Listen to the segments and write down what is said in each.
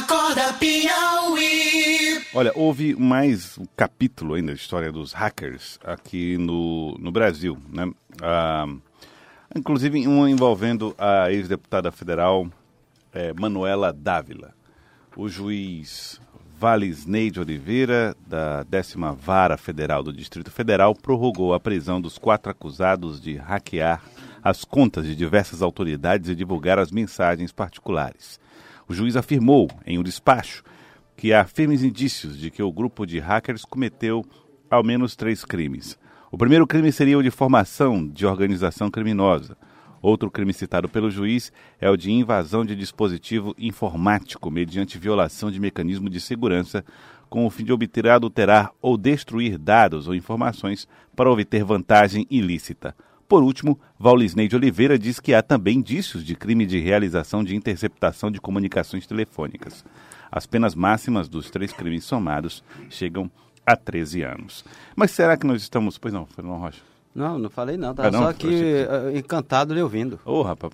Acorda Piauí. Olha, houve mais um capítulo ainda da história dos hackers aqui no Brasil, né? Inclusive um envolvendo a ex-deputada federal Manuela Dávila. O juiz Valisneide Oliveira, da 10ª Vara Federal do Distrito Federal, prorrogou a prisão dos 4 acusados de hackear as contas de diversas autoridades e divulgar as mensagens particulares. O juiz afirmou, em um despacho, que há firmes indícios de que o grupo de hackers cometeu ao menos 3 crimes. O primeiro crime seria o de formação de organização criminosa. Outro crime citado pelo juiz é o de invasão de dispositivo informático mediante violação de mecanismo de segurança com o fim de obter, adulterar ou destruir dados ou informações para obter vantagem ilícita. Por último, Valisneide Oliveira diz que há também indícios de crime de realização de interceptação de comunicações telefônicas. As penas máximas dos 3 crimes somados chegam a 13 anos. Mas será que nós estamos... Pois não, Fernando Rocha. Não falei não, estava só aqui encantado lhe ouvindo. Rapaz,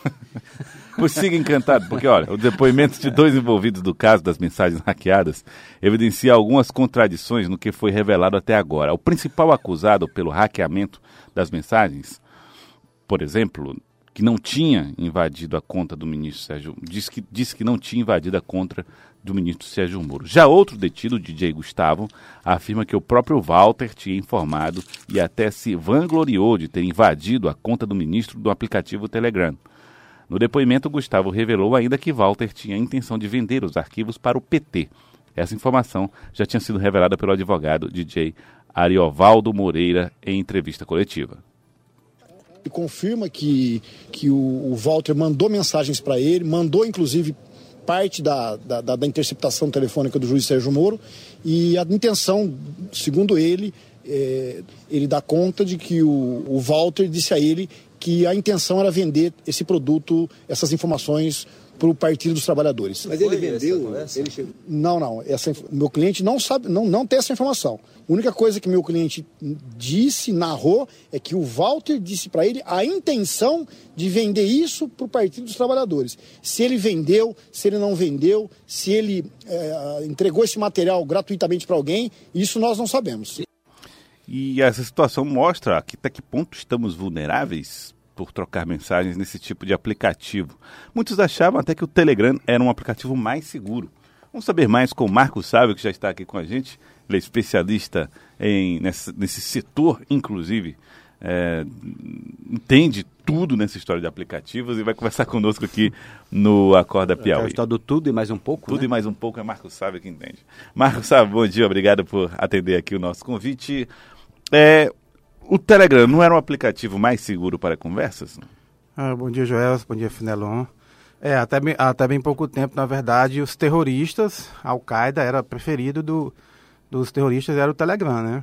siga encantado, porque olha, o depoimento de 2 envolvidos do caso das mensagens hackeadas evidencia algumas contradições no que foi revelado até agora. O principal acusado pelo hackeamento das mensagens, por exemplo, que não tinha invadido a conta do ministro Sérgio, disse que não tinha invadido a conta do ministro Sérgio Moro. Já outro detido, o DJ Gustavo, afirma que o próprio Walter tinha informado e até se vangloriou de ter invadido a conta do ministro do aplicativo Telegram. No depoimento, Gustavo revelou ainda que Walter tinha a intenção de vender os arquivos para o PT. Essa informação já tinha sido revelada pelo advogado DJ Ariovaldo Moreira em entrevista coletiva. Ele confirma que o Walter mandou mensagens para ele, mandou inclusive parte da interceptação telefônica do juiz Sérgio Moro, e a intenção, segundo ele, ele dá conta de que o Walter disse a ele que a intenção era vender esse produto, essas informações, para o Partido dos Trabalhadores. Mas ele vendeu? Não. Meu cliente não sabe, não tem essa informação. A única coisa que meu cliente disse, narrou, é que o Walter disse para ele a intenção de vender isso para o Partido dos Trabalhadores. Se ele vendeu, se ele não vendeu, se ele entregou esse material gratuitamente para alguém, isso nós não sabemos. E essa situação mostra até que ponto estamos vulneráveis por trocar mensagens nesse tipo de aplicativo. Muitos achavam até que o Telegram era um aplicativo mais seguro. Vamos saber mais com o Marco Sávio, que já está aqui com a gente. Ele é especialista nesse setor, inclusive, entende tudo nessa história de aplicativos e vai conversar conosco aqui no Acorda Piauí. A história do tudo e mais um pouco, Tudo, né? E mais um pouco é Marco Sávio que entende. Marco Sávio, bom dia, obrigado por atender aqui o nosso convite. O Telegram não era um aplicativo mais seguro para conversas? Bom dia, Joel. Bom dia, Finelon. Até bem pouco tempo, na verdade, os terroristas, a Al-Qaeda era preferido dos terroristas, era o Telegram, né?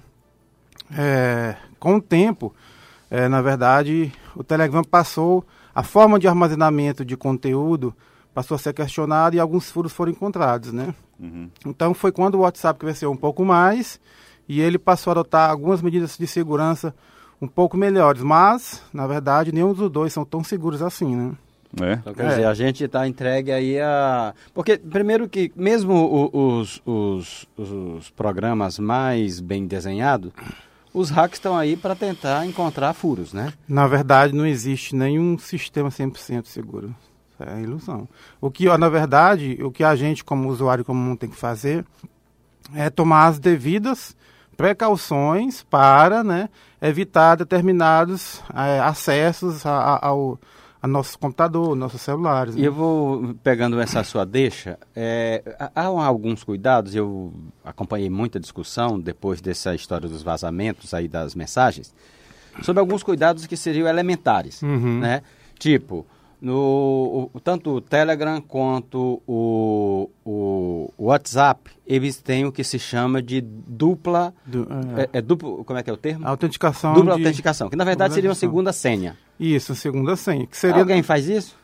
Com o tempo, na verdade, o Telegram a forma de armazenamento de conteúdo passou a ser questionada e alguns furos foram encontrados, né? Uhum. Então foi quando o WhatsApp cresceu um pouco mais e ele passou a adotar algumas medidas de segurança um pouco melhores, mas, na verdade, nenhum dos dois são tão seguros assim, né? Então, quer dizer, a gente está entregue aí a... Porque, primeiro que, mesmo os programas mais bem desenhados, os hacks estão aí para tentar encontrar furos, né? Na verdade, não existe nenhum sistema 100% seguro. É ilusão. Na verdade, o que a gente, como usuário comum, tem que fazer é tomar as devidas precauções para, né, evitar determinados acessos ao nosso computador, nossos celulares. Né? E eu vou pegando essa sua deixa, há alguns cuidados, eu acompanhei muita discussão depois dessa história dos vazamentos aí das mensagens, sobre alguns cuidados que seriam elementares, né? Tipo, tanto o Telegram quanto o WhatsApp, eles têm o que se chama de dupla... como é que é o termo? Autenticação. Dupla autenticação, que na verdade seria uma segunda senha. Isso, segunda senha. Que seria... Alguém faz isso?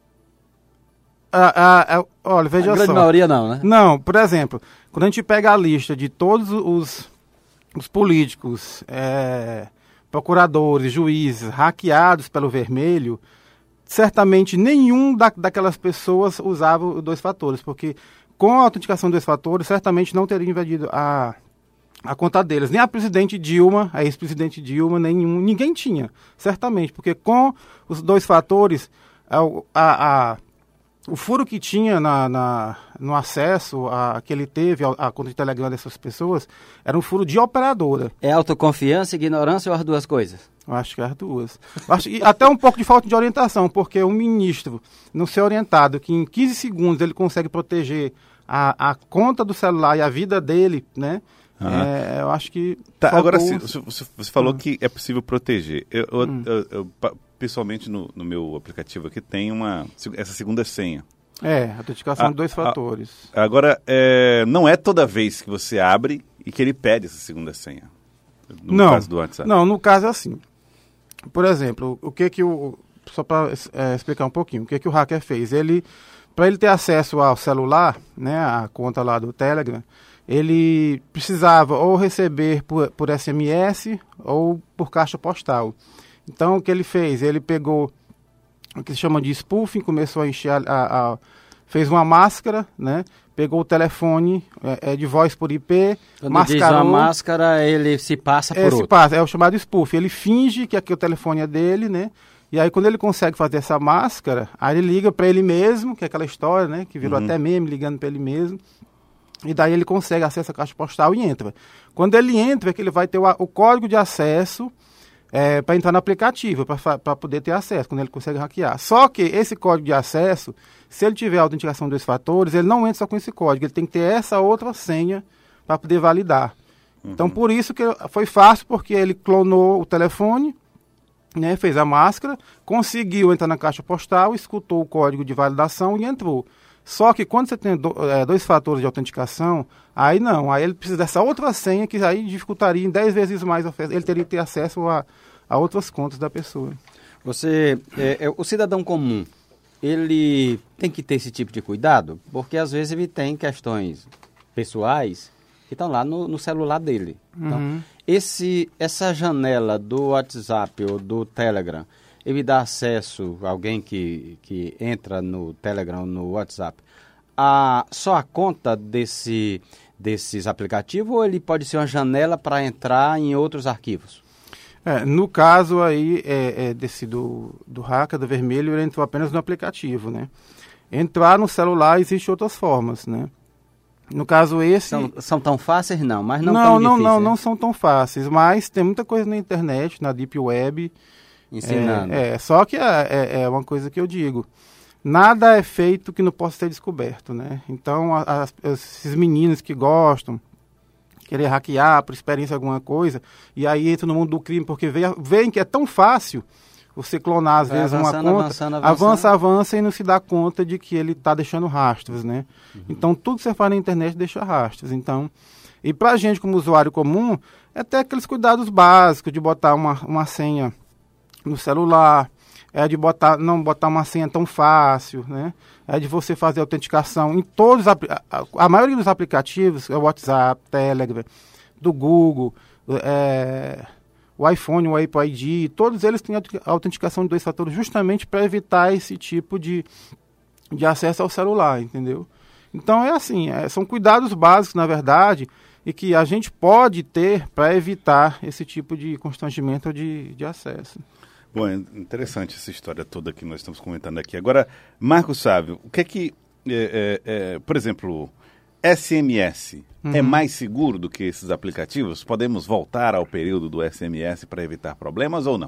Olha, veja só. A grande maioria não, né? Não, por exemplo, quando a gente pega a lista de todos os políticos, procuradores, juízes, hackeados pelo vermelho, certamente nenhum daquelas pessoas usava os 2 fatores, porque com a autenticação de 2 fatores, certamente não teria invadido a conta deles. Nem a presidente Dilma, a ex-presidente Dilma, ninguém tinha, certamente, porque com os 2 fatores, o furo que tinha no acesso que ele teve à conta de Telegram dessas pessoas era um furo de operadora. É autoconfiança, ignorância ou as duas coisas? Eu acho que as duas. E até um pouco de falta de orientação, porque um ministro não ser orientado que em 15 segundos ele consegue proteger a conta do celular e a vida dele, né? Eu acho que... Tá, agora, você falou que é possível proteger. Eu pessoalmente, no meu aplicativo aqui, tem essa segunda senha. Autenticação de 2 fatores. Agora, não é toda vez que você abre e que ele pede essa segunda senha. No caso do WhatsApp. Não, no caso é assim. Por exemplo, só para explicar um pouquinho, o que o hacker fez? Para ele ter acesso ao celular, né, a conta lá do Telegram, ele precisava ou receber por SMS ou por caixa postal. Então, o que ele fez? Ele pegou o que se chama de spoofing, começou a encher, fez uma máscara, né? Pegou o telefone de voz por IP, quando mascarou. Diz uma máscara, ele se passa por outro. É o chamado spoof. Ele finge que aqui o telefone é dele, né? E aí, quando ele consegue fazer essa máscara, aí ele liga para ele mesmo, que é aquela história, né? Que virou até meme, ligando para ele mesmo. E daí ele consegue acesso à caixa postal e entra. Quando ele entra, é que ele vai ter o código de acesso para entrar no aplicativo, para poder ter acesso, quando ele consegue hackear. Só que esse código de acesso, se ele tiver a autenticação de 2 fatores, ele não entra só com esse código, ele tem que ter essa outra senha para poder validar. Então, por isso que foi fácil, porque ele clonou o telefone, né, fez a máscara, conseguiu entrar na caixa postal, escutou o código de validação e entrou. Só que quando você tem 2 fatores de autenticação, aí não, aí ele precisa dessa outra senha que aí dificultaria em 10 vezes mais, ele teria que ter acesso a outras contas da pessoa. O cidadão comum, ele tem que ter esse tipo de cuidado, porque às vezes ele tem questões pessoais que estão lá no celular dele. Então, essa janela do WhatsApp ou do Telegram, ele dá acesso a alguém que entra no Telegram, no WhatsApp, só a conta desses aplicativos, ou ele pode ser uma janela para entrar em outros arquivos? No caso aí, do hacker, do vermelho, ele entrou apenas no aplicativo, né? Entrar no celular existe outras formas, né? No caso esse... São tão fáceis? Não, mas não tão difíceis. Não são tão fáceis, mas tem muita coisa na internet, na Deep Web... Ensinando. Só que é uma coisa que eu digo, nada é feito que não possa ser descoberto, né? Então, esses meninos que gostam, querer hackear por experiência alguma coisa, e aí entra no mundo do crime, porque veem que é tão fácil você clonar, às vezes, uma conta, avança e não se dá conta de que ele está deixando rastros, né? Então, tudo que você faz na internet deixa rastros. Então, e pra gente, como usuário comum, é ter aqueles cuidados básicos de botar uma senha no celular, de não botar uma senha tão fácil, né? De você fazer autenticação em todos a maioria dos aplicativos, o WhatsApp, Telegram, do Google, o iPhone, o Apple ID, todos eles têm autenticação de 2 fatores justamente para evitar esse tipo de acesso ao celular, entendeu? Então é assim, são cuidados básicos, na verdade, e que a gente pode ter para evitar esse tipo de constrangimento de acesso. Bom, é interessante essa história toda que nós estamos comentando aqui. Agora, Marcos Sávio, o que é que, por exemplo, SMS é mais seguro do que esses aplicativos? Podemos voltar ao período do SMS para evitar problemas ou não?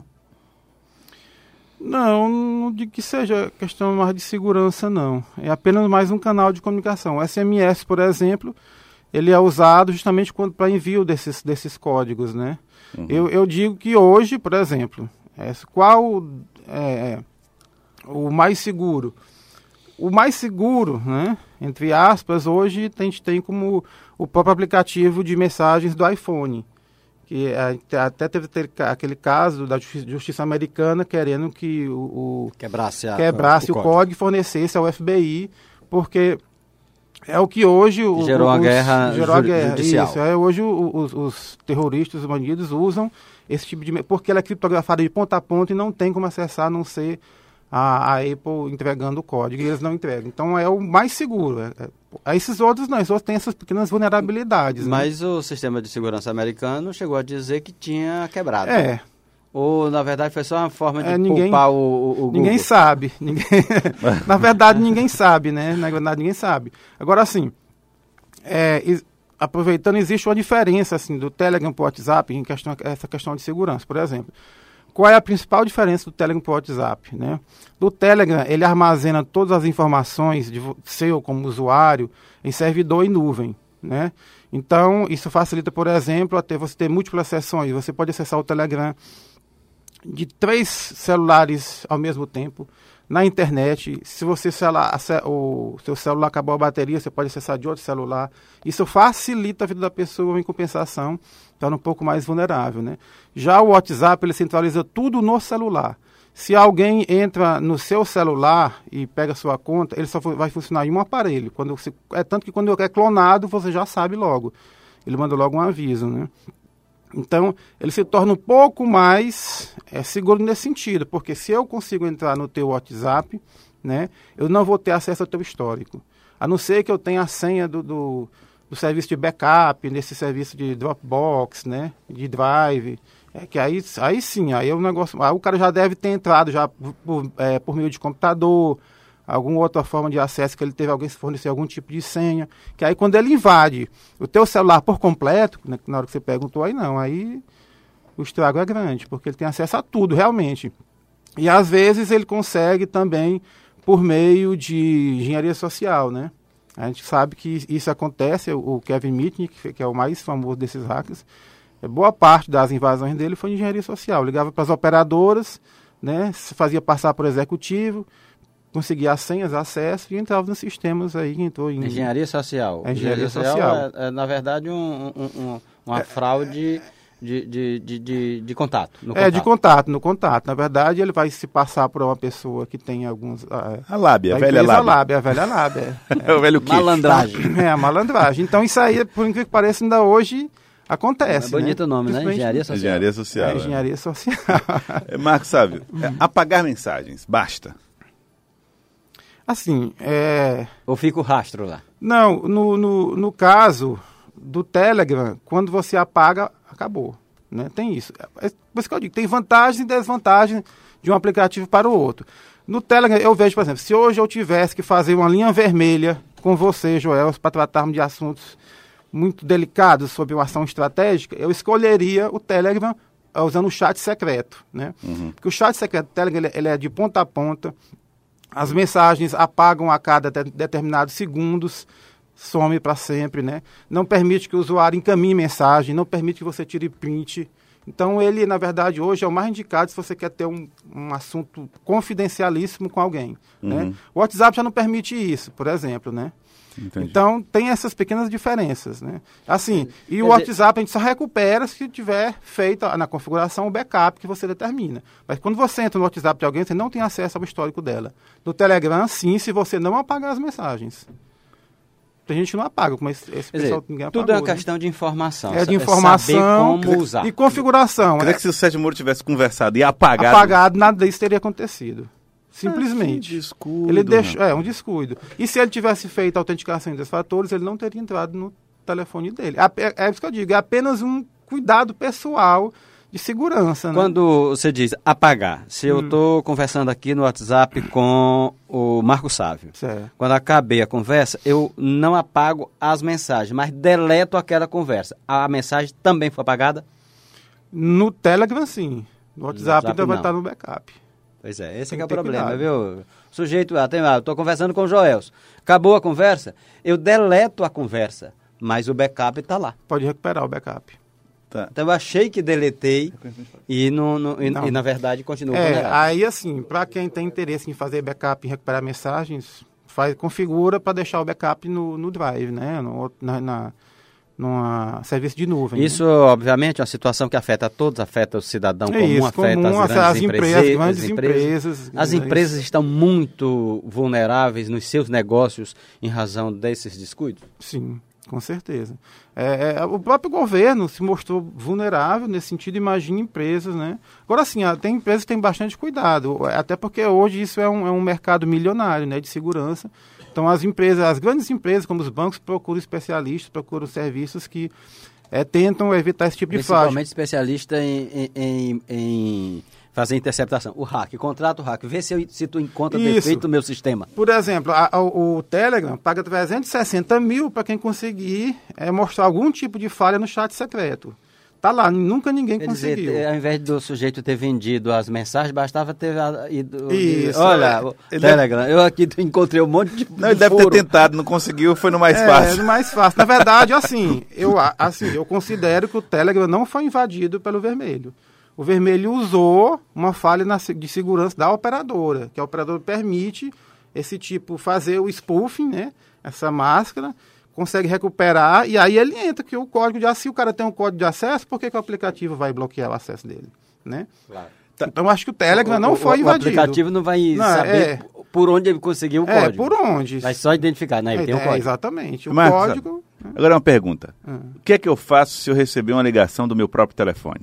Não digo que seja questão mais de segurança, não. É apenas mais um canal de comunicação. O SMS, por exemplo, ele é usado justamente para envio desses códigos, né? Eu digo que hoje, por exemplo... qual é o mais seguro? O mais seguro, né, entre aspas, hoje a gente tem como o próprio aplicativo de mensagens do iPhone, que até teve aquele caso da Justiça Americana querendo que quebrasse o código e fornecesse ao FBI, porque é o que hoje... Gerou a guerra judicial. Isso, hoje os terroristas, os bandidos usam esse tipo de... porque ela é criptografada de ponta a ponta e não tem como acessar a não ser a Apple entregando o código e eles não entregam. Então é o mais seguro. Esses outros não, esses outros têm essas pequenas vulnerabilidades. Mas o sistema de segurança americano chegou a dizer que tinha quebrado. Ou, na verdade, foi só uma forma de culpar o Google? Ninguém sabe. Na verdade, ninguém sabe, né? Na verdade, ninguém sabe. Agora, assim, aproveitando, existe uma diferença assim, do Telegram para o WhatsApp em essa questão de segurança. Por exemplo, qual é a principal diferença do Telegram para o WhatsApp? Né? Do Telegram, ele armazena todas as informações de seu como usuário em servidor e nuvem. Né? Então, isso facilita, por exemplo, até você ter múltiplas sessões. Você pode acessar o Telegram de 3 celulares ao mesmo tempo, na internet. Se você o seu celular acabou a bateria, você pode acessar de outro celular. Isso facilita a vida da pessoa, em compensação, torna um pouco mais vulnerável. Né? Já o WhatsApp, ele centraliza tudo no celular. Se alguém entra no seu celular e pega a sua conta, ele só vai funcionar em um aparelho. Tanto que quando é clonado, você já sabe logo. Ele manda logo um aviso, né? Então, ele se torna um pouco mais seguro nesse sentido, porque se eu consigo entrar no teu WhatsApp, né, eu não vou ter acesso ao teu histórico. A não ser que eu tenha a senha do serviço de backup, nesse serviço de Dropbox, né, de Drive, que aí sim, aí o negócio, aí o cara já deve ter entrado já por meio de computador, alguma outra forma de acesso que ele teve, alguém fornecer algum tipo de senha, que aí quando ele invade o teu celular por completo, né, na hora que você perguntou, aí o estrago é grande, porque ele tem acesso a tudo, realmente. E às vezes ele consegue também por meio de engenharia social, né? A gente sabe que isso acontece, o Kevin Mitnick, que é o mais famoso desses hackers, boa parte das invasões dele foi de engenharia social, ligava para as operadoras, né, se fazia passar por executivo, conseguia as senhas, acesso e entrava nos sistemas aí que entrou em... Engenharia social. Engenharia social. Na verdade, uma fraude de contato. No contato. Na verdade, ele vai se passar por uma pessoa que tem alguns... A lábia, a velha lábia. A velha lábia. É o velho queixo. Malandragem. A malandragem. Então, isso aí, por incrível que pareça, ainda hoje acontece. É bonito, né? O nome, né? Engenharia social. Engenharia social. Engenharia social. Marcos Sávio, apagar mensagens, basta? Assim, Ou fica o rastro lá? Não, no caso do Telegram, quando você apaga, acabou. Né? Tem isso. Por isso que eu digo, tem vantagens e desvantagens de um aplicativo para o outro. No Telegram, eu vejo, por exemplo, se hoje eu tivesse que fazer uma linha vermelha com você, Joel, para tratarmos de assuntos muito delicados sobre uma ação estratégica, eu escolheria o Telegram usando o chat secreto. Né? Porque o chat secreto do Telegram ele é de ponta a ponta. As mensagens apagam a cada determinados segundos, some para sempre, né? Não permite que o usuário encaminhe mensagem, não permite que você tire print. Então, ele, na verdade, hoje é o mais indicado se você quer ter um assunto confidencialíssimo com alguém. Né? O WhatsApp já não permite isso, por exemplo, né? Entendi. Então, tem essas pequenas diferenças, né? Assim, e o WhatsApp a gente só recupera se tiver feito na configuração o backup que você determina. Mas quando você entra no WhatsApp de alguém, você não tem acesso ao histórico dela. No Telegram, sim, se você não apagar as mensagens. Tem gente que não apaga, mas esse pessoal que ninguém apagou. Tudo é uma questão de informação. É de informação saber como usar. E configuração. Quer dizer que se o Sérgio Moro tivesse conversado e apagado... Apagado, nada disso teria acontecido. Simplesmente. Que descuido. Ele deixou, um descuido. E se ele tivesse feito a autenticação em 2 fatores, ele não teria entrado no telefone dele. É isso que eu digo, é apenas um cuidado pessoal de segurança. Né? Quando você diz apagar, se eu estou conversando aqui no WhatsApp com o Marco Sávio, certo. Quando acabei a conversa, eu não apago as mensagens, mas deleto aquela conversa. A mensagem também foi apagada? No Telegram, sim. No WhatsApp ainda vai não. estar no backup. Pois é, esse que é o problema, viu? O sujeito, eu estou conversando com o Joelso. Acabou a conversa, eu deleto a conversa, mas o backup está lá. Pode recuperar o backup. Tá. Então eu achei que deletei e na verdade continua vulnerável. Aí assim, para quem tem interesse em fazer backup e recuperar mensagens, configura para deixar o backup no Drive, né? Numa serviço de nuvem. Isso, obviamente, é uma situação que afeta a todos, afeta o cidadão comum, afeta as grandes empresas. As empresas estão muito vulneráveis nos seus negócios em razão desses descuidos? Sim. Com certeza. O próprio governo se mostrou vulnerável nesse sentido, imagina empresas, né? Agora, sim, tem empresas que têm bastante cuidado, até porque hoje isso é um mercado milionário, né, de segurança. Então, as grandes empresas, como os bancos, procuram especialistas, procuram serviços que tentam evitar esse tipo de fraude. Principalmente especialista em fazer interceptação. O hack, contrata o hack, vê se tu encontra defeito no meu sistema. Por exemplo, o Telegram paga 360 mil para quem conseguir mostrar algum tipo de falha no chat secreto. Tá lá, nunca ninguém conseguiu. Dizer, ao invés do sujeito ter vendido as mensagens, bastava ter ido... Isso. Olha, o Telegram, eu aqui encontrei um monte de Não, ele deve ter tentado, não conseguiu, foi no mais fácil. No mais fácil. Na verdade, eu considero que o Telegram não foi invadido pelo Vermelho. O Vermelho usou uma falha de segurança da operadora, que a operadora permite esse tipo fazer o spoofing, né? Essa máscara, consegue recuperar, e aí ele entra, que o código de acesso, se o cara tem um código de acesso, por que o aplicativo vai bloquear o acesso dele, né? Claro. Então, acho que o Telegram não foi invadido. O aplicativo não vai saber por onde ele conseguiu o código. Por onde. Vai só identificar, né? Ele tem o código. Exatamente. O Marcos, código... Agora uma pergunta. O que é que eu faço se eu receber uma ligação do meu próprio telefone?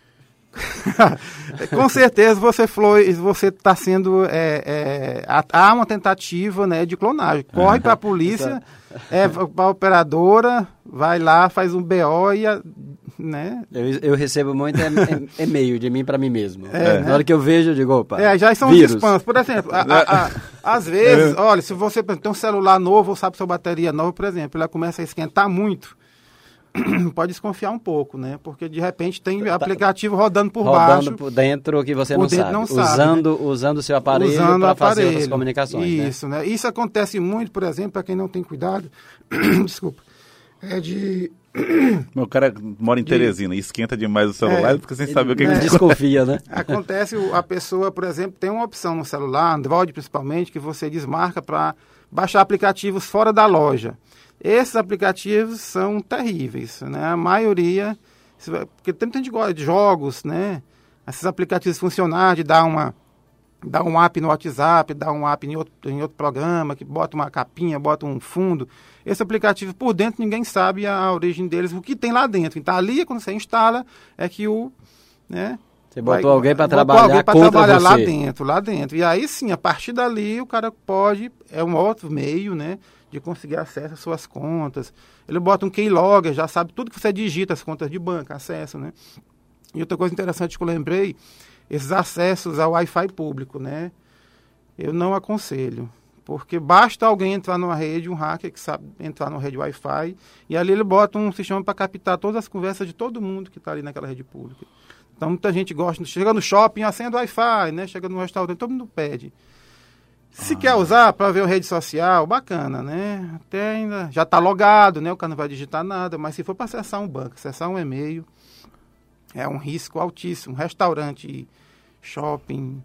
Com certeza você está sendo há uma tentativa, né, de clonagem. Corre para a polícia, para a operadora, vai lá, faz um BO e né? Eu recebo muito e-mail de mim para mim mesmo. Na hora que eu vejo, eu digo, opa, já são vírus. os spams. Por exemplo, às vezes, olha, se você tem um celular novo ou sabe sua bateria nova, por exemplo, ela começa a esquentar muito, pode desconfiar um pouco, né? Porque de repente tem aplicativo rodando por baixo. Rodando por dentro que você não sabe. Usando o seu aparelho para fazer outras comunicações. Isso, né? Isso acontece muito, por exemplo, para quem não tem cuidado. Desculpa. Meu cara mora em Teresina e esquenta demais o celular porque sem saber o que desconfia, né? Acontece, a pessoa, por exemplo, tem uma opção no celular, Android principalmente, que você desmarca para baixar aplicativos fora da loja. Esses aplicativos são terríveis, né? A maioria, porque tem muita gente gosta de jogos, né? Esses aplicativos funcionar, de dar um app no WhatsApp, dar um app em outro programa, que bota uma capinha, bota um fundo. Esse aplicativo por dentro ninguém sabe a origem deles, o que tem lá dentro. Então ali, quando você instala, é que né? Você botou alguém para trabalhar contra você. Lá dentro. E aí sim, a partir dali o cara pode, um outro meio, né, de conseguir acesso às suas contas. Ele bota um keylogger, já sabe tudo que você digita, as contas de banco, acesso, né. E outra coisa interessante que eu lembrei, esses acessos ao Wi-Fi público, né, eu não aconselho. Porque basta alguém entrar numa rede, um hacker que sabe entrar numa rede Wi-Fi, e ali ele bota um sistema para captar todas as conversas de todo mundo que está ali naquela rede pública. Então, muita gente gosta, chega no shopping, acende o Wi-Fi, né? Chega no restaurante, todo mundo pede. Se quer usar para ver uma rede social, bacana, né? Até ainda já está logado, né? O cara não vai digitar nada, mas se for para acessar um banco, acessar um e-mail, é um risco altíssimo. Restaurante, shopping,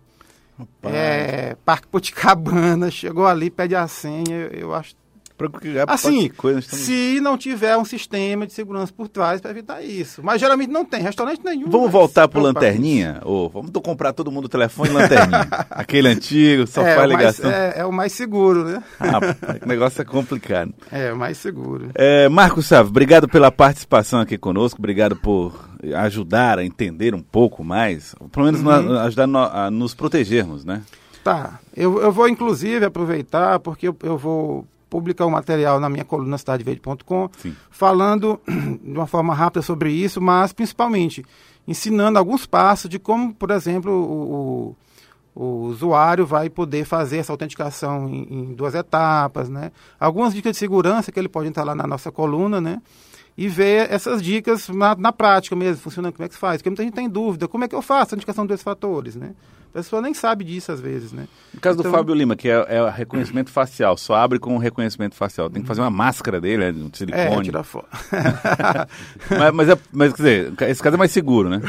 Parque Poticabana, chegou ali, pede a senha, eu acho... Assim, se não tiver um sistema de segurança por trás para evitar isso. Mas geralmente não tem, restaurante nenhum. Vamos voltar pro Lanterninha? Vamos comprar todo mundo o telefone Lanterninha. Aquele antigo, só faz ligação. É o mais seguro, né? O negócio é complicado. É o mais seguro. Marcos Sávio, obrigado pela participação aqui conosco, obrigado por ajudar a entender um pouco mais, pelo menos ajudar a nos protegermos, né? Tá, eu vou inclusive aproveitar, porque eu vou publicar um material na minha coluna cidadeverde.com, falando de uma forma rápida sobre isso, mas principalmente ensinando alguns passos de como, por exemplo, o usuário vai poder fazer essa autenticação em 2 etapas, né? Algumas dicas de segurança que ele pode entrar lá na nossa coluna, né? E ver essas dicas na prática mesmo, funcionando, como é que se faz. Porque muita gente tem dúvida, como é que eu faço a autenticação de 2 fatores, né? A pessoa nem sabe disso às vezes, né? No caso do Fábio Lima, que é reconhecimento facial, só abre com reconhecimento facial. Tem que fazer uma máscara dele, um silicone. Tirar foto. mas, quer dizer, esse caso é mais seguro, né?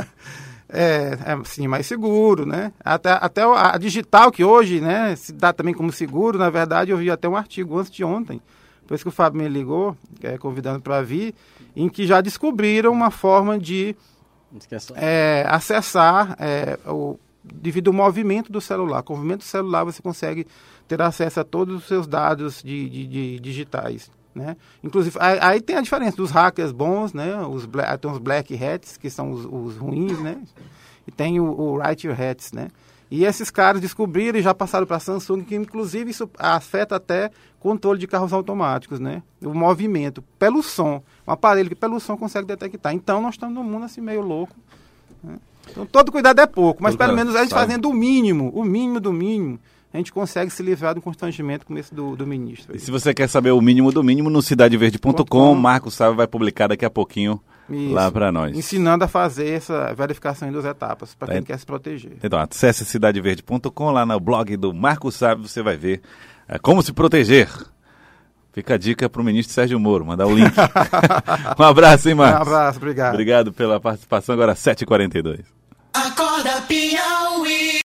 Sim, mais seguro, né? Até a digital, que hoje, né, se dá também como seguro, na verdade, eu vi até um artigo antes de ontem, por isso que o Fábio me ligou, convidando para vir, em que já descobriram uma forma de acessar devido ao movimento do celular. Com o movimento do celular você consegue ter acesso a todos os seus dados digitais, né? Inclusive, aí tem a diferença dos hackers bons, né? Tem os black hats, que são os ruins, né? E tem o right hats, né? E esses caras descobriram e já passaram para a Samsung, que inclusive isso afeta até controle de carros automáticos, né? O movimento, pelo som. Um aparelho que pelo som consegue detectar. Então, nós estamos num mundo assim meio louco, né? Então, todo cuidado é pouco, mas pelo menos a gente fazendo o mínimo do mínimo, a gente consegue se livrar do constrangimento como esse do ministro. E se você quer saber o mínimo do mínimo, no cidadeverde.com, Marcos Sávio vai publicar daqui a pouquinho lá para nós. Ensinando a fazer essa verificação em 2 etapas, para quem quer se proteger. Então, acesse cidadeverde.com, lá no blog do Marcos Sávio, você vai ver como se proteger. Fica a dica para o ministro Sérgio Moro, mandar o link. Um abraço, hein, Marcos? Um abraço, obrigado. Obrigado pela participação, agora 7h42. Acorda, Piauí.